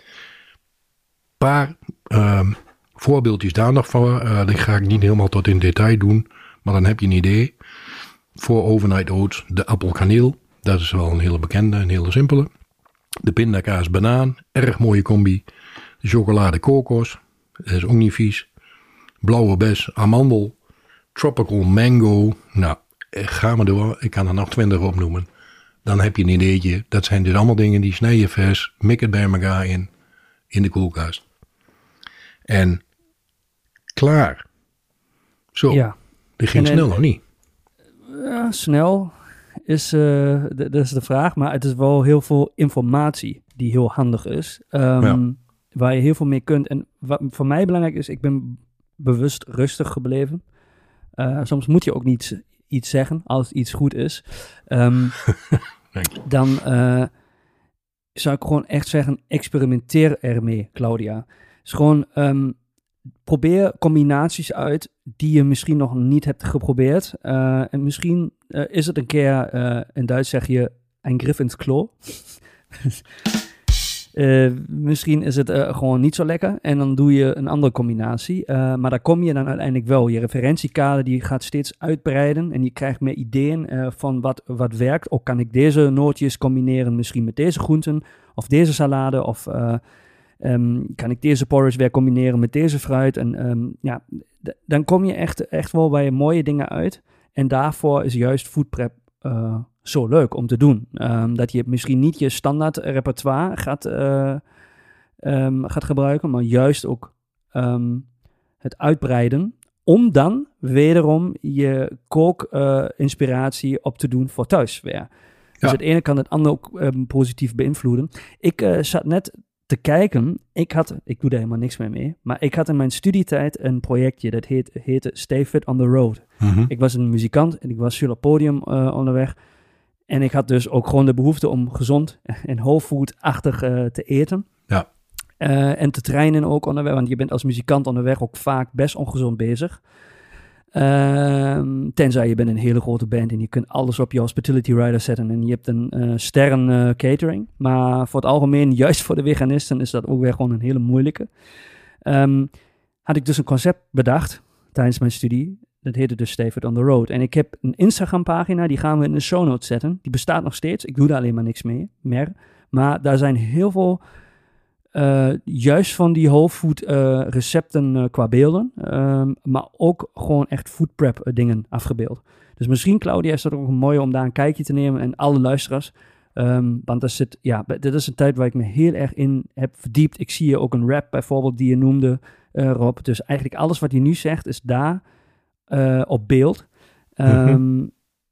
Paar uh, voorbeeldjes daar nog voor. Uh, die ga ik niet helemaal tot in detail doen. Maar dan heb je een idee. Voor overnight oats, de appelkaneel. Dat is wel een hele bekende, een hele simpele. De pindakaas banaan, erg mooie combi. De chocolade kokos, dat is ook niet vies. Blauwe bes, amandel. Tropical mango. Nou, ga maar door. Ik kan er nog twintig opnoemen. Dan heb je een ideetje. Dat zijn dus allemaal dingen die snij je vers. Mik het bij elkaar in. In de koelkast. En klaar. Zo. Ja. Die ging en, snel en, nog niet. Ja, snel is, uh, d- dat is de vraag. Maar het is wel heel veel informatie die heel handig is. Um, ja. Waar je heel veel mee kunt. En wat voor mij belangrijk is, ik ben bewust rustig gebleven. Uh, soms moet je ook niet iets zeggen als iets goed is. Um, dan uh, zou ik gewoon echt zeggen, experimenteer ermee, Claudia. Dus gewoon um, probeer combinaties uit die je misschien nog niet hebt geprobeerd. Uh, en misschien uh, is het een keer, uh, in Duits zeg je, een Griff ins Klo. Uh, misschien is het uh, gewoon niet zo lekker en dan doe je een andere combinatie. Uh, maar daar kom je dan uiteindelijk wel. Je referentiekader die gaat steeds uitbreiden en je krijgt meer ideeën uh, van wat, wat werkt. Ook kan ik deze nootjes combineren misschien met deze groenten of deze salade of uh, um, kan ik deze porridge weer combineren met deze fruit. En um, ja, d- dan kom je echt, echt wel bij mooie dingen uit. En daarvoor is juist food prep uh, zo leuk om te doen. Um, dat je misschien niet je standaard repertoire gaat, uh, um, gaat gebruiken, maar juist ook um, het uitbreiden. Om dan wederom je kookinspiratie uh, op te doen voor thuis weer. Ja. Dus het ene kan het andere ook um, positief beïnvloeden. Ik uh, zat net te kijken. Ik had, ik doe daar helemaal niks mee mee, maar ik had in mijn studietijd een projectje dat heet, heette Stay Fit on the Road. Mm-hmm. Ik was een muzikant en ik was veel op podium uh, onderweg. En ik had dus ook gewoon de behoefte om gezond en whole food-achtig uh, te eten. Ja. Uh, en te trainen ook onderweg, want je bent als muzikant onderweg ook vaak best ongezond bezig. Uh, tenzij je bent een hele grote band en je kunt alles op je hospitality rider zetten en je hebt een uh, sterren uh, catering. Maar voor het algemeen, juist voor de veganisten, is dat ook weer gewoon een hele moeilijke. Um, had ik dus een concept bedacht tijdens mijn studie. Dat heette dus Stay Fit on the Road. En ik heb een Instagram pagina, die gaan we in de show notes zetten. Die bestaat nog steeds. Ik doe daar alleen maar niks mee, meer. Maar daar zijn heel veel, uh, juist van die whole food uh, recepten uh, qua beelden. Um, maar ook gewoon echt food prep uh, dingen afgebeeld. Dus misschien, Claudia, is dat ook mooi om daar een kijkje te nemen. En alle luisteraars. Um, want dat zit, ja, dit is een tijd waar ik me heel erg in heb verdiept. Ik zie hier ook een rap bijvoorbeeld die je noemde, uh, Rob. Dus eigenlijk alles wat je nu zegt is daar. Uh, op beeld. Um, mm-hmm.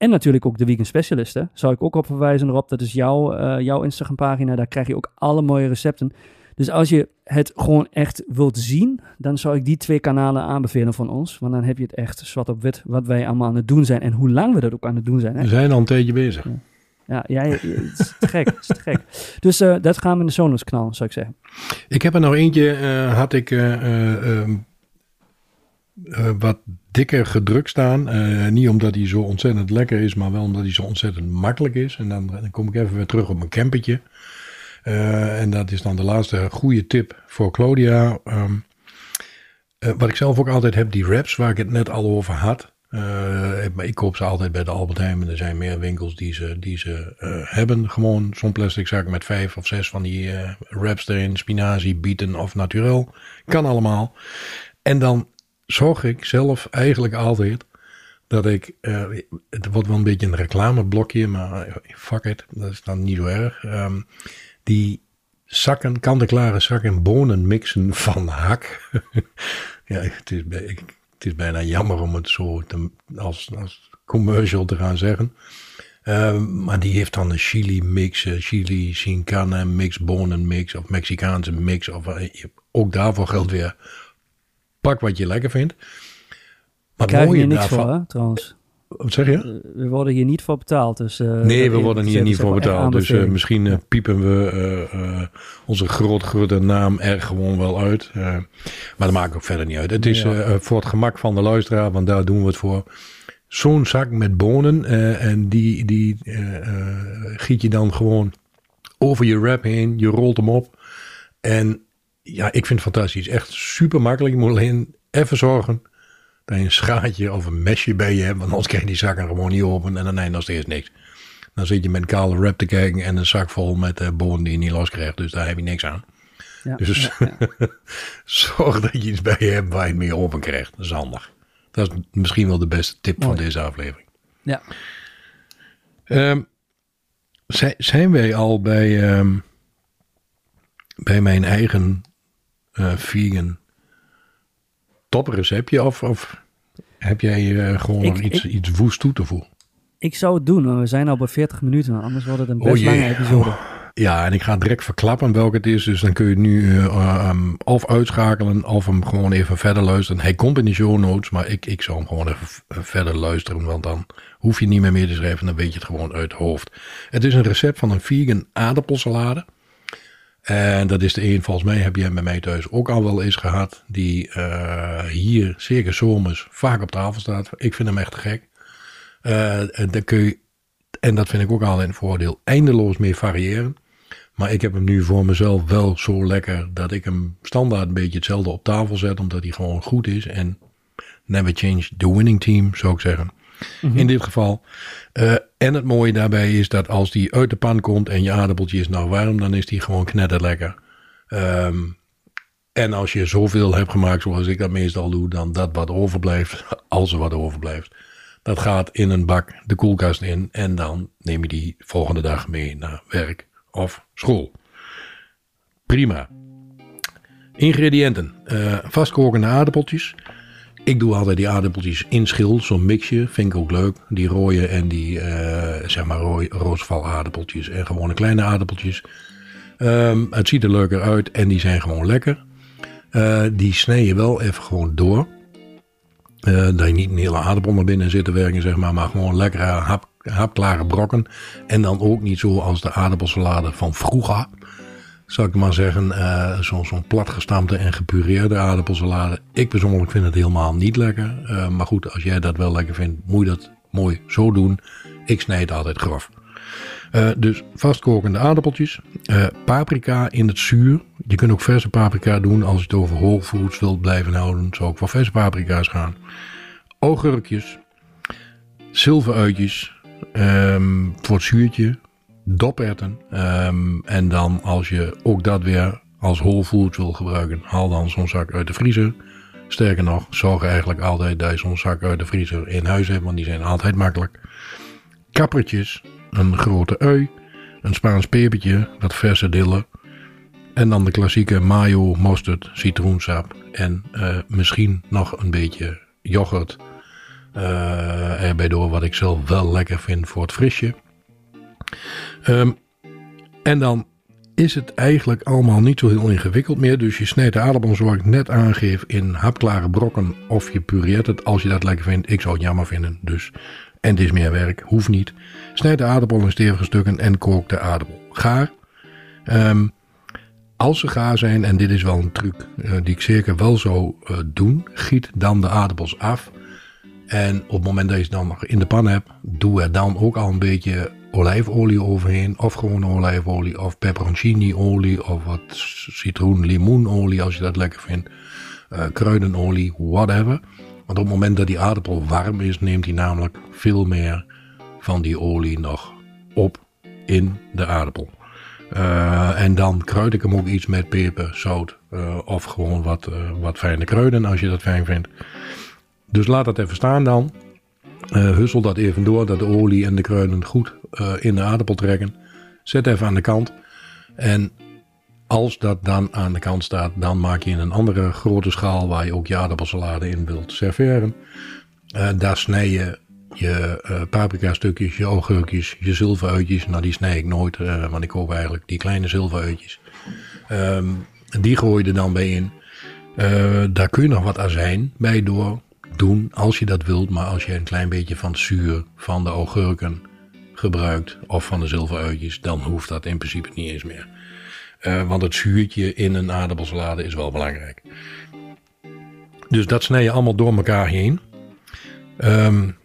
En natuurlijk ook de Vegan Specialisten. Zou ik ook op verwijzen erop. Dat is jouw, uh, jouw Instagram pagina. Daar krijg je ook alle mooie recepten. Dus als je het gewoon echt wilt zien, dan zou ik die twee kanalen aanbevelen van ons. Want dan heb je het echt zwart op wit wat wij allemaal aan het doen zijn. En hoe lang we dat ook aan het doen zijn. Hè? We zijn al een tijdje bezig. Ja, ja, ja, ja het is te gek. Het is te gek. Dus uh, dat gaan we in de show notes knallen, zou ik zeggen. Ik heb er nog eentje, uh, had ik uh, uh, uh, uh, wat dikker gedrukt staan. Uh, niet omdat hij zo ontzettend lekker is, maar wel omdat hij zo ontzettend makkelijk is. En dan, dan kom ik even weer terug op mijn campertje. Uh, en dat is dan de laatste goede tip voor Claudia. Um, uh, wat ik zelf ook altijd heb, die wraps waar ik het net al over had. Uh, ik koop ze altijd bij de Albert Heijn. En er zijn meer winkels die ze, die ze uh, hebben. Gewoon zo'n plastic zak met vijf of zes van die uh, wraps erin. Spinazie, bieten of naturel. Kan allemaal. En dan zorg ik zelf eigenlijk altijd dat ik... Uh, het wordt wel een beetje een reclameblokje, maar uh, fuck it. Dat is dan niet zo erg. Um, die zakken, kant-en-klare zakken bonen mixen van hak. Ja, het is, ik, het is bijna jammer om het zo te, als, als commercial te gaan zeggen. Uh, maar die heeft dan een chili mix, chili sin carne mix, bonen mix of Mexicaanse mix. Of, uh, ook daarvoor geldt weer, pak wat je lekker vindt. Maar krijg je hier niks daarvan, voor, hè, trouwens. Wat zeg je? We worden hier niet voor betaald. Dus, uh, nee, we worden hier niet voor betaald. Dus uh, misschien uh, piepen we uh, uh, onze groot grote naam er gewoon wel uit. Uh, maar dat maakt ook verder niet uit. Het is uh, voor het gemak van de luisteraar, want daar doen we het voor. Zo'n zak met bonen uh, en die, die uh, uh, giet je dan gewoon over je wrap heen. Je rolt hem op. En ja, ik vind het fantastisch. Echt super makkelijk. Je moet alleen even zorgen dat je een schaartje of een mesje bij je hebt. Want anders krijg je die zakken gewoon niet open. En dan nee, nog steeds niks. Dan zit je met een kale wrap te kijken. En een zak vol met uh, bonen die je niet los krijgt. Dus daar heb je niks aan. Ja, dus ja, ja. Zorg dat je iets bij je hebt waar je het mee open krijgt. Dat is handig. Dat is misschien wel de beste tip Mooi. van deze aflevering. Ja. Um, zijn wij al bij, um, bij mijn eigen uh, vegan topreceptje? Of, of heb jij uh, gewoon ik, nog iets, ik, iets woest toe te voegen? Ik zou het doen, maar we zijn al bij veertig minuten. Anders wordt het een best oh lange episode. Oh. Ja, en ik ga direct verklappen welke het is. Dus dan kun je nu uh, um, of uitschakelen of hem gewoon even verder luisteren. Hij komt in de show notes, maar ik, ik zou hem gewoon even verder luisteren. Want dan hoef je niet meer mee te schrijven. Dan weet je het gewoon uit het hoofd. Het is een recept van een vegan aardappelsalade. En dat is de een, volgens mij heb jij bij mij thuis ook al wel eens gehad. Die uh, hier, zeker zomers, vaak op tafel staat. Ik vind hem echt gek. Uh, en, dan kun je, en dat vind ik ook altijd een voordeel. Eindeloos mee variëren. Maar ik heb hem nu voor mezelf wel zo lekker dat ik hem standaard een beetje hetzelfde op tafel zet. Omdat hij gewoon goed is. En never change the winning team, zou ik zeggen. Mm-hmm. In dit geval. Uh, en het mooie daarbij is dat als die uit de pan komt en je aardappeltje is nog warm, dan is die gewoon knetterlekker. Um, en als je zoveel hebt gemaakt zoals ik dat meestal doe, dan dat wat overblijft, als er wat overblijft. Dat gaat in een bak de koelkast in en dan neem je die volgende dag mee naar werk of school. Prima. Ingrediënten. Uh, vastkokende aardappeltjes. Ik doe altijd die aardappeltjes in schil, zo'n mixje. Vind ik ook leuk. Die rode en die, uh, zeg maar, rooi, roosval aardappeltjes. En gewone kleine aardappeltjes. Um, het ziet er leuker uit en die zijn gewoon lekker. Uh, die snij je wel even gewoon door. Uh, dat je niet een hele aardappel naar binnen zit te werken, zeg maar. Maar gewoon lekkere hap, hapklare brokken. En dan ook niet zo als de aardappelsalade van vroeger. Zou ik maar zeggen, uh, zo'n zo platgestampte en gepureerde aardappelsalade. Ik persoonlijk vind het helemaal niet lekker. Uh, maar goed, als jij dat wel lekker vindt, moet je dat mooi zo doen. Ik snijd het altijd grof. Uh, dus vastkokende aardappeltjes. Uh, paprika in het zuur. Je kunt ook verse paprika doen. Als je het over whole foods wilt blijven houden, zou ik voor verse paprika's gaan. Augurkjes. Zilveruitjes. Um, voor het zuurtje. Doperwten. Um, en dan als je ook dat weer als whole foods wil gebruiken, haal dan zo'n zak uit de vriezer. Sterker nog, zorg eigenlijk altijd dat je zo'n zak uit de vriezer in huis hebt, want die zijn altijd makkelijk. Kappertjes, een grote ui, een Spaans pepertje, wat verse dille. En dan de klassieke mayo, mosterd, citroensap en uh, misschien nog een beetje yoghurt. Uh, erbij door wat ik zelf wel lekker vind voor het frisje. Um, en dan is het eigenlijk allemaal niet zo heel ingewikkeld meer. Dus je snijdt de aardappelen zoals ik net aangeef in hapklare brokken. Of je pureert het als je dat lekker vindt. Ik zou het jammer vinden. Dus. En het is meer werk. Hoeft niet. Snijd de aardappel in stevige stukken en kook de aardappel gaar. Um, als ze gaar zijn, en dit is wel een truc uh, die ik zeker wel zou uh, doen. Giet dan de aardappels af. En op het moment dat je ze dan nog in de pan hebt, doe er dan ook al een beetje olijfolie overheen. Of gewoon olijfolie of peperoncini-olie of wat citroen-limoenolie als je dat lekker vindt. Uh, kruidenolie, whatever. Want op het moment dat die aardappel warm is, neemt hij namelijk veel meer van die olie nog op in de aardappel. Uh, en dan kruid ik hem ook iets met peper, zout uh, of gewoon wat, uh, wat fijne kruiden als je dat fijn vindt. Dus laat dat even staan dan. Uh, hussel dat even door, dat de olie en de kruiden goed uh, in de aardappel trekken. Zet even aan de kant. En als dat dan aan de kant staat, dan maak je in een andere grote schaal waar je ook je aardappelsalade in wilt serveren. Uh, daar snij je je uh, paprika stukjes, je augurkjes, je zilveruitjes. Nou, die snij ik nooit, uh, want ik koop eigenlijk die kleine zilveruitjes. Um, die gooi je er dan bij in. Uh, daar kun je nog wat azijn bij door doen als je dat wilt. Maar als je een klein beetje van het zuur van de augurken gebruikt of van de zilveruitjes, dan hoeft dat in principe niet eens meer. Uh, want het zuurtje in een aardappelsalade is wel belangrijk. Dus dat snij je allemaal door elkaar heen. Um,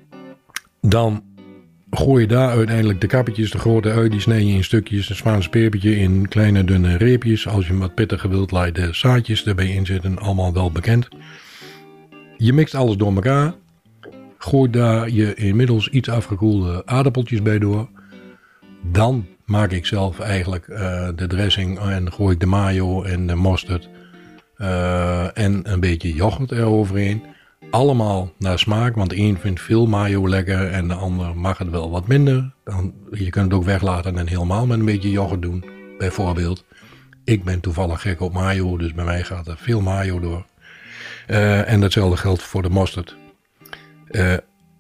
dan gooi je daar uiteindelijk de kappetjes, de grote ui, die snij je in stukjes. Een Spaanse pepertje in kleine dunne reepjes. Als je hem wat pittiger wilt, laat je de zaadjes erbij in zitten. Allemaal wel bekend. Je mixt alles door elkaar. Gooi daar je inmiddels iets afgekoelde aardappeltjes bij door. Dan maak ik zelf eigenlijk uh, de dressing en gooi ik de mayo en de mosterd uh, en een beetje yoghurt eroverheen. Allemaal naar smaak, want de een vindt veel mayo lekker en de ander mag het wel wat minder. Dan, je kunt het ook weglaten en helemaal met een beetje yoghurt doen, bijvoorbeeld. Ik ben toevallig gek op mayo, dus bij mij gaat er veel mayo door. Uh, en datzelfde geldt voor de mosterd. Uh,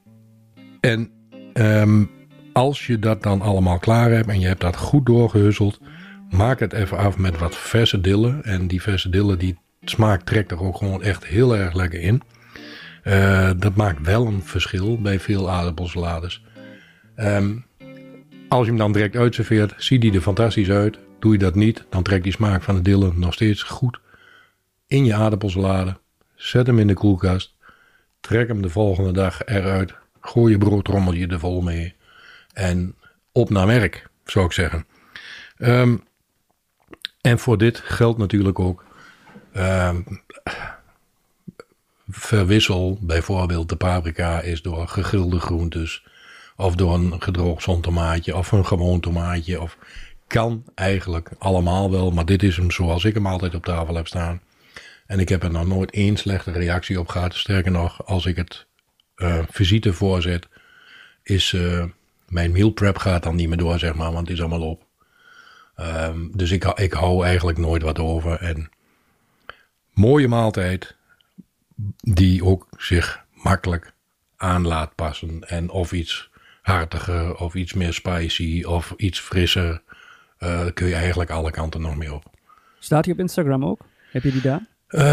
en um, als je dat dan allemaal klaar hebt en je hebt dat goed doorgehusseld, maak het even af met wat verse dillen. En die verse dillen, die smaak trekt er ook gewoon echt heel erg lekker in. Uh, dat maakt wel een verschil bij veel aardappelsalades. Um, als je hem dan direct uitserveert, ziet die er fantastisch uit. Doe je dat niet, dan trekt die smaak van de dillen nog steeds goed in je aardappelsalade. Zet hem in de koelkast. Trek hem de volgende dag eruit. Gooi je broodtrommeltje er vol mee. En op naar werk, zou ik zeggen. Um, en voor dit geldt natuurlijk ook. Um, verwissel bijvoorbeeld de paprika is door gegrilde groentes. Of door een gedroogd zontomaatje. Of een gewoon tomaatje. Of kan eigenlijk allemaal wel. Maar dit is hem zoals ik hem altijd op tafel heb staan. En ik heb er nog nooit één slechte reactie op gehad. Sterker nog, als ik het uh, visite voorzet, is uh, mijn meal prep gaat dan niet meer door, zeg maar, want het is allemaal op. Um, dus ik, ik hou eigenlijk nooit wat over. En mooie maaltijd, die ook zich makkelijk aan laat passen. En of iets hartiger, of iets meer spicy, of iets frisser. Uh, kun je eigenlijk alle kanten nog mee op. Staat hij op Instagram ook? Heb je die daar?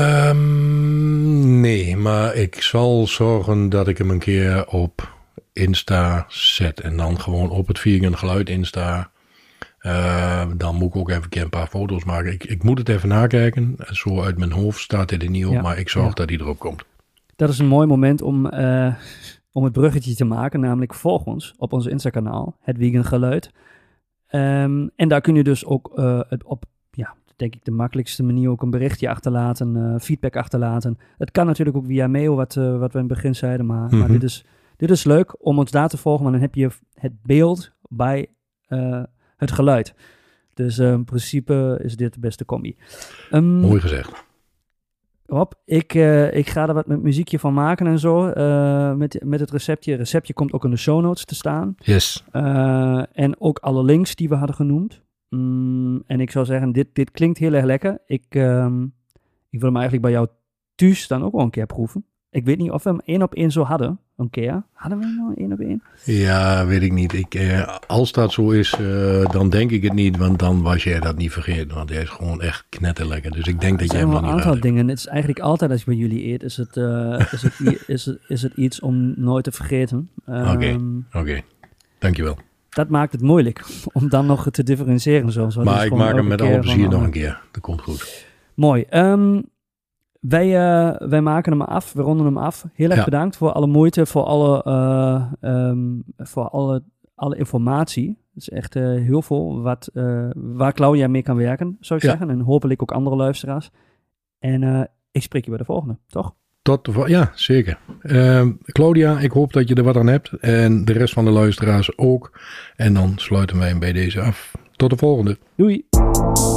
Um, nee, maar ik zal zorgen dat ik hem een keer op Insta zet. En dan gewoon op het Vegan Geluid Insta. Uh, dan moet ik ook even een keer een paar foto's maken. Ik, ik moet het even nakijken. Zo uit mijn hoofd staat hij er niet op. Ja, maar ik zorg ja. dat hij erop komt. Dat is een mooi moment om, uh, om het bruggetje te maken. Namelijk volg ons op ons Insta-kanaal. Het Vegan Geluid. Um, en daar kun je dus ook uh, het op... ja. denk ik de makkelijkste manier ook een berichtje achterlaten, uh, feedback achterlaten. Het kan natuurlijk ook via mail, wat, uh, wat we in het begin zeiden, maar, mm-hmm. maar dit, is, dit is leuk om ons daar te volgen, want dan heb je het beeld bij uh, het geluid. Dus uh, in principe is dit de beste combi. Um, Mooi gezegd. Rob, ik, uh, ik ga er wat met muziekje van maken en zo, uh, met, met het receptje. Het receptje komt ook in de show notes te staan. Yes. Uh, en ook alle links die we hadden genoemd. Mm, en ik zou zeggen, dit, dit klinkt heel erg lekker. Ik, um, ik wil hem eigenlijk bij jou thuis dan ook wel een keer proeven. Ik weet niet of we hem één op één zo hadden. Een keer. Hadden we hem nou één op één? Ja, weet ik niet. Ik, eh, als dat zo is, uh, dan denk ik het niet. Want dan was jij dat niet vergeten. Want hij is gewoon echt knetterlekker. Dus ik denk dat jij hem nog niet. Er zijn wel een aantal dingen. Het is eigenlijk altijd als je bij jullie eet, is het, uh, is het, i- is het, is het iets om nooit te vergeten. Oké, um, oké. Okay. Okay. Dankjewel. Dat maakt het moeilijk om dan nog te differentiëren. Zo. Zo, maar ik maak hem met alle plezier nog een keer. Dat komt goed. Mooi. Um, Wij, uh, wij maken hem af, we ronden hem af. Heel erg ja. bedankt voor alle moeite, voor alle, uh, um, voor alle, alle informatie. Het is echt uh, heel veel wat, uh, waar Claudia mee kan werken, zou ik ja. zeggen. En hopelijk ook andere luisteraars. En uh, ik spreek je bij de volgende, toch? Tot de vo- ja, zeker. Uh, Claudia, ik hoop dat je er wat aan hebt. En de rest van de luisteraars ook. En dan sluiten wij hem bij deze af. Tot de volgende. Doei.